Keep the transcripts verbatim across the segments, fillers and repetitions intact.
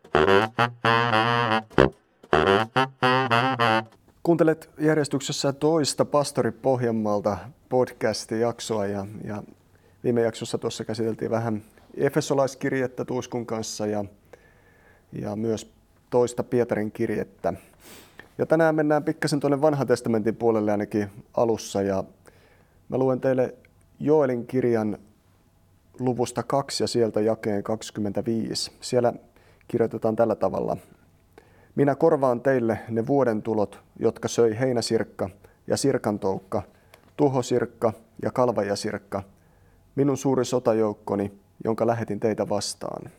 Kuuntelet järjestyksessä toista Pastori Pohjanmaalta podcast-jaksoa ja, ja viime jaksossa tuossa käsiteltiin vähän Efesolaiskirjettä Tuuskun kanssa ja, ja myös toista Pietarin kirjettä. Ja tänään mennään pikkasen tuonne Vanhan testamentin puolelle ainakin alussa ja mä luen teille Joelin kirjan luvusta kaksi ja sieltä jakeen kaksikymmentäviisi. Siellä kirjoitetaan tällä tavalla. Minä korvaan teille ne vuoden tulot, jotka söi heinäsirkka ja sirkantoukka, tuhosirkka ja kalvajasirkka, minun suuri sotajoukkoni, jonka lähetin teitä vastaan.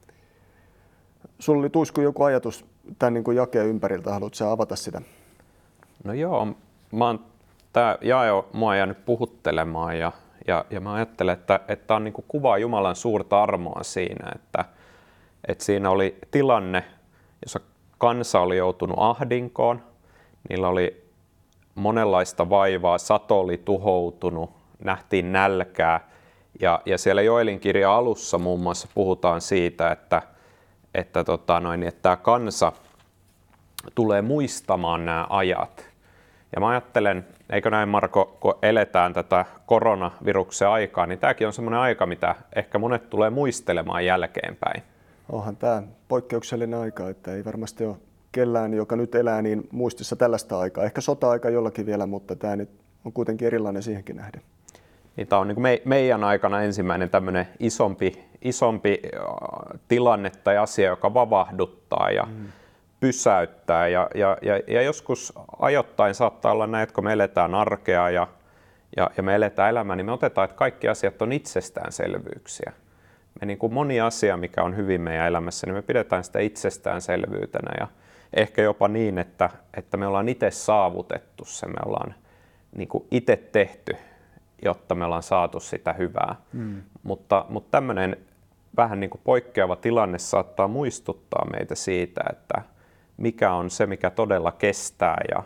Sulla oli Tuisku joku ajatus tämän niin kuin jakeen ympäriltä, haluatko sä avata sitä? No joo, mä oon, tää jae on mua jäänyt puhuttelemaan ja, ja, ja mä ajattelen, että tämä on niin kuin kuvaa Jumalan suurta armoa siinä, että, että siinä oli tilanne, jossa kansa oli joutunut ahdinkoon, niillä oli monenlaista vaivaa, sato oli tuhoutunut, nähtiin nälkää ja, ja siellä Joelin kirjan alussa muun muassa puhutaan siitä, että, että, tota noin, että tämä kansa tulee muistamaan nämä ajat. Ja mä ajattelen, eikö näin Marko, kun eletään tätä koronaviruksen aikaa, niin tämäkin on semmoinen aika, mitä ehkä monet tulee muistelemaan jälkeenpäin. Onhan tämä poikkeuksellinen aika, että ei varmasti ole kellään, joka nyt elää, niin muistissa tällaista aikaa. Ehkä sota-aika jollakin vielä, mutta tämä nyt on kuitenkin erilainen siihenkin nähden. Niin tämä on niin kuin me, meidän aikana ensimmäinen tämmöinen isompi, isompi tilanne tai asia, joka vavahduttaa ja mm. pysäyttää. Ja, ja, ja, ja joskus ajoittain saattaa olla näin, että kun me eletään arkea ja, ja, ja me eletään elämää, niin me otetaan, että kaikki asiat on itsestäänselvyyksiä. Me niin kuin moni asia, mikä on hyvin meidän elämässä, niin me pidetään sitä itsestäänselvyytenä ja ehkä jopa niin, että, että me ollaan itse saavutettu se, me ollaan niin kuin itse tehty, jotta me ollaan saatu sitä hyvää. Mm. Mutta, mutta tämmöinen vähän niin kuin poikkeava tilanne saattaa muistuttaa meitä siitä, että mikä on se, mikä todella kestää ja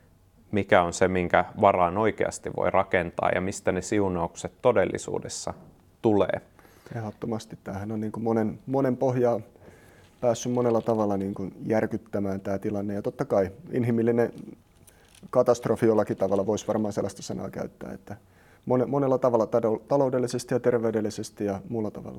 mikä on se, minkä varaan oikeasti voi rakentaa ja mistä ne siunaukset todellisuudessa tulee. Ehdottomasti. Tämähän on niin kuin monen, monen pohjaa päässyt monella tavalla niin kuin järkyttämään tämä tilanne. Ja totta kai inhimillinen katastrofi jollakin tavalla voisi varmaan sellaista sanaa käyttää, että monella tavalla taloudellisesti ja terveydellisesti ja muulla tavalla.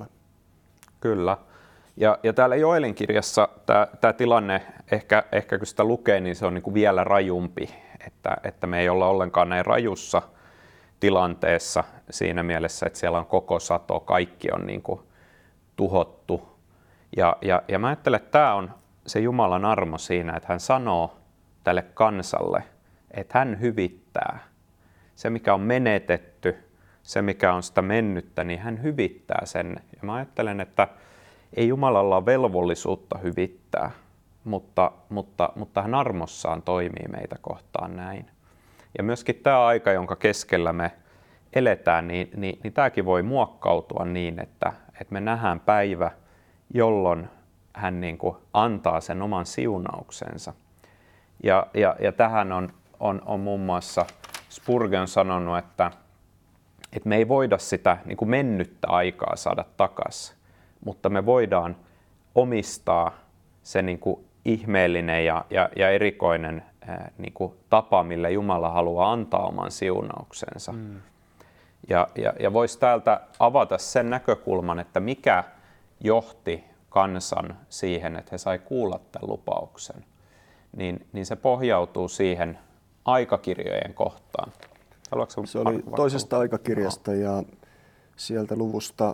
Kyllä. Ja, ja täällä Joelin kirjassa tämä, tämä tilanne, ehkä, ehkä kun sitä lukee, niin se on niin kuin vielä rajumpi, että, että me ei olla ollenkaan näin rajussa tilanteessa siinä mielessä, että siellä on koko sato, kaikki on niin kuin tuhottu. Ja, ja, ja mä ajattelen, että tämä on se Jumalan armo siinä, että hän sanoo tälle kansalle, että hän hyvittää. Se, mikä on menetetty, se, mikä on sitä mennyttä, niin hän hyvittää sen. Ja mä ajattelen, että ei Jumalalla ole velvollisuutta hyvittää, mutta, mutta, mutta hän armossaan toimii meitä kohtaan näin. Ja myöskin tämä aika, jonka keskellä me eletään, niin, niin, niin tämäkin voi muokkautua niin, että, että me nähdään päivä, jolloin hän niin kuin antaa sen oman siunauksensa. Ja, ja, ja tähän on, on, on muun muassa Spurgeon sanonut, että, että me ei voida sitä niin kuin mennyttä aikaa saada takaisin, mutta me voidaan omistaa se niin kuin ihmeellinen ja, ja, ja erikoinen ää, niin kuin tapa, millä Jumala haluaa antaa oman siunauksensa. Mm. Ja, ja, ja voisi täältä avata sen näkökulman, että mikä johti kansan siihen, että he sai kuulla tämän lupauksen, niin, niin se pohjautuu siihen aikakirjojen kohtaan. Haluatko se oli toisesta vaikka aikakirjasta ja sieltä luvusta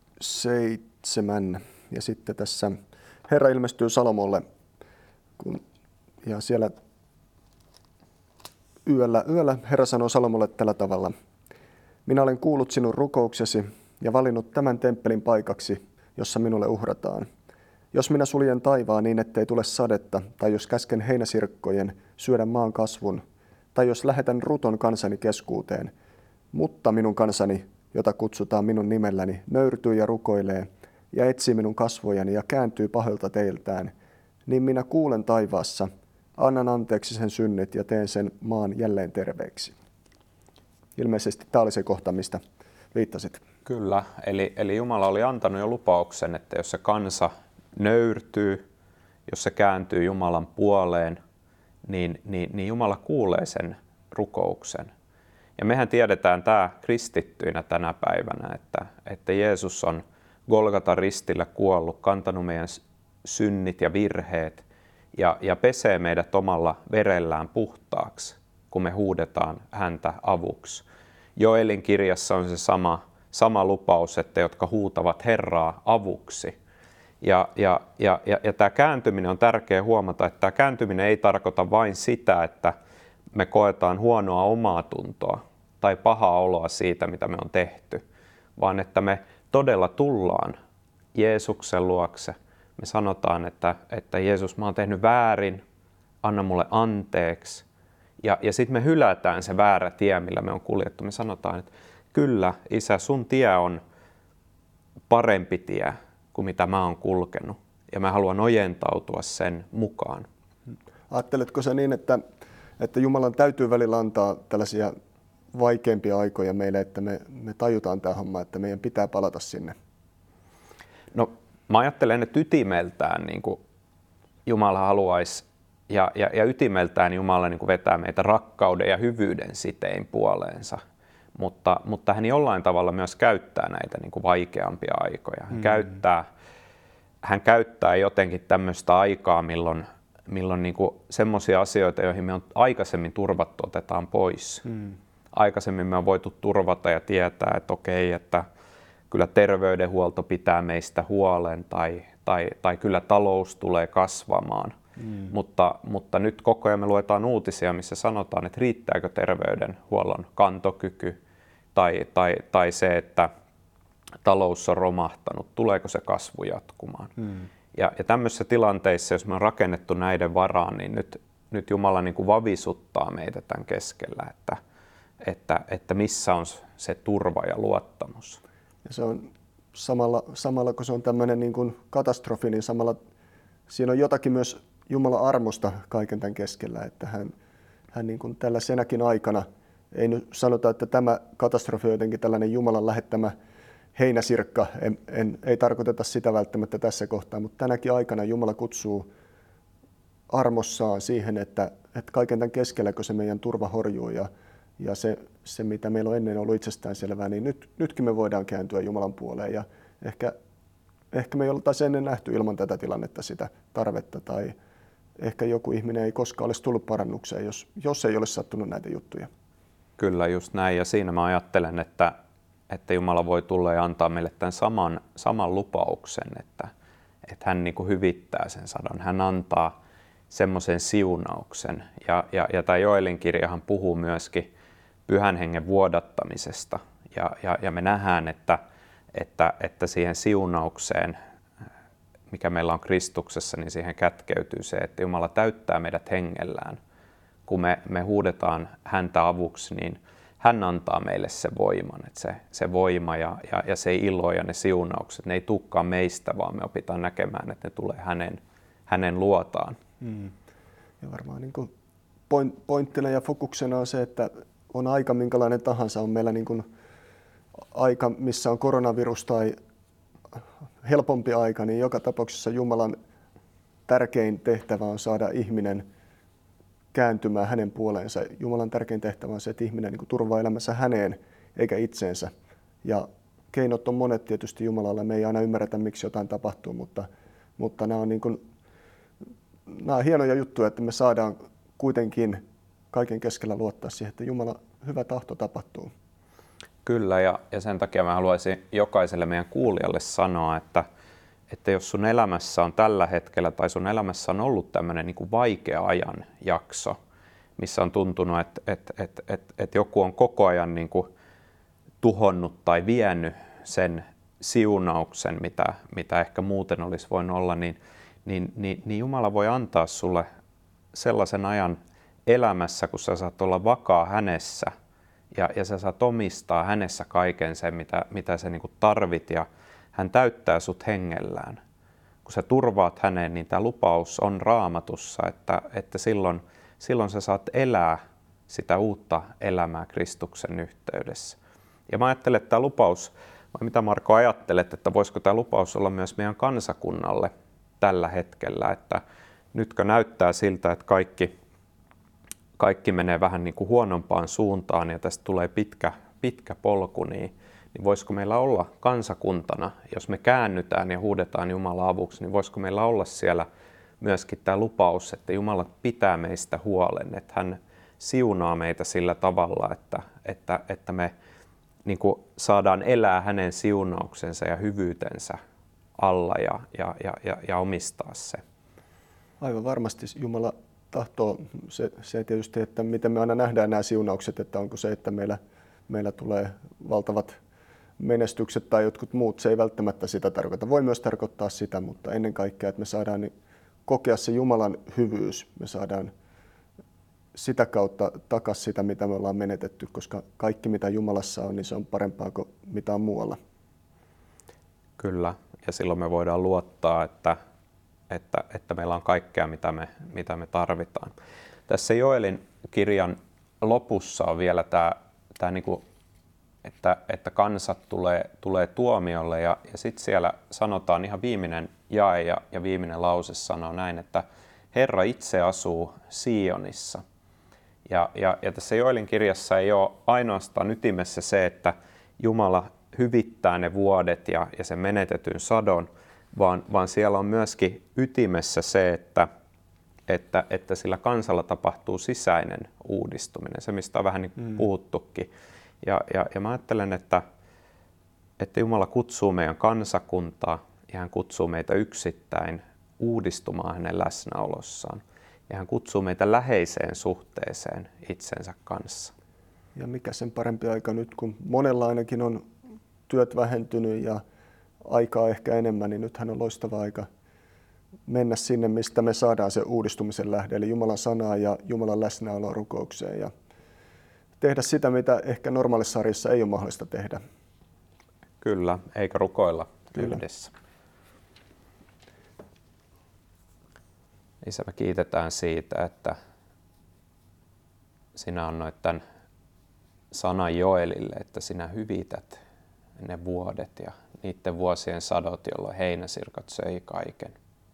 seitsemän. Ja sitten tässä Herra ilmestyy Salomolle kun, ja siellä yöllä, yöllä Herra sanoo Salomolle tällä tavalla. Minä olen kuullut sinun rukouksesi ja valinnut tämän temppelin paikaksi, jossa minulle uhrataan. Jos minä suljen taivaan niin, ettei tule sadetta, tai jos käsken heinäsirkkojen syödä maan kasvun, tai jos lähetän ruton kansani keskuuteen, mutta minun kansani, jota kutsutaan minun nimelläni, nöyrtyy ja rukoilee, ja etsii minun kasvojani ja kääntyy pahoilta teiltään, niin minä kuulen taivaassa, annan anteeksi sen synnit ja teen sen maan jälleen terveeksi. Ilmeisesti tämä oli se kohta, mistä viittasit. Kyllä, eli, eli Jumala oli antanut jo lupauksen, että jos se kansa nöyrtyy jos se kääntyy Jumalan puoleen, niin, niin, niin Jumala kuulee sen rukouksen. Ja mehän tiedetään tämä kristittyinä tänä päivänä, että, että Jeesus on Golgatan ristillä kuollut, kantanut meidän synnit ja virheet ja, ja pesee meidät omalla verellään puhtaaksi, kun me huudetaan häntä avuksi. Joelin kirjassa on se sama, sama lupaus, että jotka huutavat Herraa avuksi. Ja, ja, ja, ja, ja tämä kääntyminen on tärkeää huomata, että tämä kääntyminen ei tarkoita vain sitä, että me koetaan huonoa omaa tuntoa tai pahaa oloa siitä, mitä me on tehty, vaan että me todella tullaan Jeesuksen luokse. Me sanotaan, että, että Jeesus, mä oon tehnyt väärin, anna mulle anteeksi. Ja, ja sitten me hylätään se väärä tie, millä me on kuljettu. Me sanotaan, että kyllä, Isä, sun tie on parempi tie kuin mitä mä oon kulkenut. Ja mä haluan ojentautua sen mukaan. Ajatteletko sä niin, että, että Jumalan täytyy välillä antaa tällaisia vaikeampia aikoja meille, että me, me tajutaan tämä homma, että meidän pitää palata sinne? No mä ajattelen, että ytimeltään niin kuin Jumala haluaisi, ja, ja, ja ytimeltään Jumala niin kuin vetää meitä rakkauden ja hyvyyden sitein puoleensa. Mutta, mutta hän jollain tavalla myös käyttää näitä niin kuin vaikeampia aikoja. Hän, mm. käyttää, hän käyttää jotenkin tämmöistä aikaa, milloin, milloin niin kuin semmoisia asioita, joihin me on aikaisemmin turvattu, otetaan pois. Mm. Aikaisemmin me on voitu turvata ja tietää, että okei, että kyllä terveydenhuolto pitää meistä huolen tai, tai, tai kyllä talous tulee kasvamaan. Mm. Mutta, mutta nyt koko ajan me luetaan uutisia, missä sanotaan, että riittääkö terveydenhuollon kantokyky tai, tai, tai se, että talous on romahtanut, tuleeko se kasvu jatkumaan. Mm. Ja, ja tämmöisissä tilanteissa, jos me on rakennettu näiden varaan, niin nyt, nyt Jumala niin kuin vavisuttaa meitä tämän keskellä, että, että, että missä on se turva ja luottamus. Ja se on samalla, samalla kun se on tämmöinen niin kuin katastrofi, niin samalla siinä on jotakin myös Jumalan armosta kaiken tämän keskellä, että hän, hän niin kuin tällaisenakin aikana, ei nyt sanota, että tämä katastrofi on jotenkin tällainen Jumalan lähettämä heinäsirkka, en, en, ei tarkoiteta sitä välttämättä tässä kohtaa, mutta tänäkin aikana Jumala kutsuu armossaan siihen, että, että kaiken tämän keskellä, kun se meidän turva horjuu ja, ja se, se, mitä meillä on ennen ollut itsestäänselvää, niin nyt, nytkin me voidaan kääntyä Jumalan puoleen ja ehkä, ehkä me ei oltaisi ennen nähty ilman tätä tilannetta sitä tarvetta tai ehkä joku ihminen ei koskaan olisi tullut parannukseen, jos, jos ei olisi sattunut näitä juttuja. Kyllä, just näin. Ja siinä mä ajattelen, että, että Jumala voi tulla ja antaa meille tämän saman, saman lupauksen, että, että hän niin kuin hyvittää sen sadon. Hän antaa semmoisen siunauksen. Ja, ja, ja tämä Joelin kirjahan puhuu myöskin Pyhän Hengen vuodattamisesta. Ja, ja, ja me nähdään, että, että, että siihen siunaukseen, mikä meillä on Kristuksessa, niin siihen kätkeytyy se, että Jumala täyttää meidät hengellään. Kun me, me huudetaan häntä avuksi, niin hän antaa meille se voiman. Että se, se voima ja, ja, ja se ilo ja ne siunaukset, ne ei tulekaan meistä, vaan me opitaan näkemään, että ne tulee hänen, hänen luotaan. Hmm. Ja varmaan niin kuin pointtina ja fokuksena on se, että on aika minkälainen tahansa. On meillä niin kuin aika, missä on koronavirus tai helpompi aika, niin joka tapauksessa Jumalan tärkein tehtävä on saada ihminen kääntymään hänen puoleensa. Jumalan tärkein tehtävä on se, että ihminen niin kuin turvaa elämässä häneen eikä itseensä. Ja keinot on monet tietysti Jumalalla. Me ei aina ymmärretä, miksi jotain tapahtuu, mutta, mutta nämä, on niin kuin, nämä on hienoja juttuja, että me saadaan kuitenkin kaiken keskellä luottaa siihen, että Jumalan hyvä tahto tapahtuu. Kyllä, ja, ja sen takia mä haluaisin jokaiselle meidän kuulijalle sanoa, että, että jos sun elämässä on tällä hetkellä tai sun elämässä on ollut tämmöinen niin kuin vaikea ajan jakso, missä on tuntunut, että, että, että, että, että joku on koko ajan niin kuin tuhonnut tai vienyt sen siunauksen, mitä, mitä ehkä muuten olisi voinut olla, niin, niin, niin, niin Jumala voi antaa sulle sellaisen ajan elämässä, kun sä saat olla vakaa hänessä ja, ja sä saat omistaa hänessä kaiken sen, mitä, mitä sä niin kuin tarvit ja hän täyttää sut hengellään. Kun sä turvaat häneen, niin tämä lupaus on Raamatussa, että, että silloin, silloin sä saat elää sitä uutta elämää Kristuksen yhteydessä. Ja mä ajattelen, että tämä lupaus, vai mitä Marko ajattelet, että voisiko tämä lupaus olla myös meidän kansakunnalle tällä hetkellä, että nytkö näyttää siltä, että kaikki, kaikki menee vähän niin kuin huonompaan suuntaan ja tästä tulee pitkä, pitkä polku, niin, niin voisiko meillä olla kansakuntana, jos me käännytään ja huudetaan Jumalaa avuksi, niin voisiko meillä olla siellä myöskin tämä lupaus, että Jumala pitää meistä huolen, että hän siunaa meitä sillä tavalla, että, että, että me niin kuin saadaan elää hänen siunauksensa ja hyvyytensä alla ja, ja, ja, ja, ja omistaa se. Aivan varmasti Jumala tahtoo se, se tietysti, että miten me aina nähdään nämä siunaukset, että onko se, että meillä, meillä tulee valtavat menestykset tai jotkut muut, se ei välttämättä sitä tarkoita. Voi myös tarkoittaa sitä, mutta ennen kaikkea, että me saadaan kokea se Jumalan hyvyys, me saadaan sitä kautta takaisin sitä, mitä me ollaan menetetty, koska kaikki, mitä Jumalassa on, niin se on parempaa kuin mitä on muualla. Kyllä, ja silloin me voidaan luottaa, että, että, että meillä on kaikkea, mitä me, mitä me tarvitaan. Tässä Joelin kirjan lopussa on vielä tämä, tämä niin kuin, että, että kansat tulee, tulee tuomiolle, ja, ja sitten siellä sanotaan ihan viimeinen jae ja, ja viimeinen lause sanoo näin, että Herra itse asuu Sionissa. Ja, ja, ja tässä Joelin kirjassa ei ole ainoastaan ytimessä se, että Jumala hyvittää ne vuodet ja, ja sen menetetyn sadon, vaan, vaan siellä on myöskin ytimessä se, että, että, että sillä kansalla tapahtuu sisäinen uudistuminen, se mistä on vähän niin mm. puhuttukin. Ja, ja, ja mä ajattelen, että, että Jumala kutsuu meidän kansakuntaa ja hän kutsuu meitä yksittäin uudistumaan hänen läsnäolossaan. Ja hän kutsuu meitä läheiseen suhteeseen itsensä kanssa. Ja mikä sen parempi aika nyt, kun monella ainakin on työt vähentynyt ja aikaa ehkä enemmän, niin nythän on loistava aika mennä sinne, mistä me saadaan se uudistumisen lähde, eli Jumalan sanaa ja Jumalan läsnäoloa rukoukseen. Ja tehdä sitä, mitä ehkä normaalissa arjessa ei ole mahdollista tehdä. Kyllä, eikä rukoilla Kyllä. yhdessä. Isä, me kiitetään siitä, että sinä annoit tämän sanan Joelille, että sinä hyvität ne vuodet ja niiden vuosien sadot, jolloin heinäsirkat söi kaiken.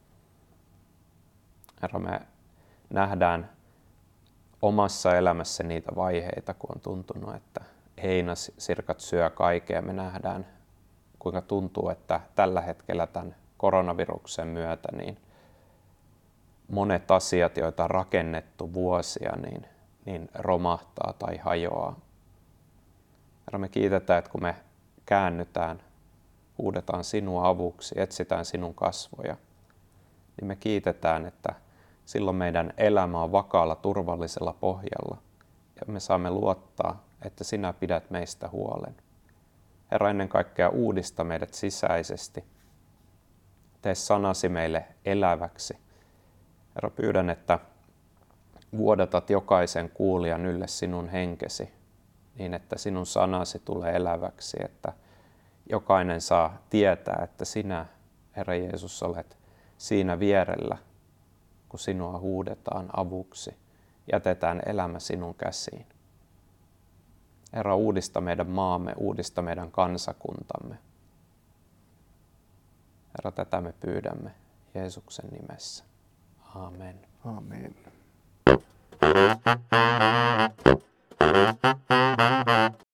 Herra, me nähdään omassa elämässä niitä vaiheita, kun on tuntunut, että heinäsirkat syö kaikkea. Me nähdään, kuinka tuntuu, että tällä hetkellä tämän koronaviruksen myötä niin monet asiat, joita on rakennettu vuosia, niin, niin romahtaa tai hajoaa. Herra, me kiitetään, että kun me käännytään, huudetaan sinua avuksi, etsitään sinun kasvoja, niin me kiitetään, että silloin meidän elämä on vakaalla, turvallisella pohjalla ja me saamme luottaa, että sinä pidät meistä huolen. Herra, ennen kaikkea uudista meidät sisäisesti. Tee sanasi meille eläväksi. Herra, pyydän, että vuodatat jokaisen kuulijan ylle sinun henkesi, niin että sinun sanasi tulee eläväksi, että jokainen saa tietää, että sinä, Herra Jeesus, olet siinä vierellä, kun sinua huudetaan avuksi, jätetään elämä sinun käsiin. Herra, uudista meidän maamme, uudista meidän kansakuntamme. Herra, tätä me pyydämme Jeesuksen nimessä. Amen. Amen.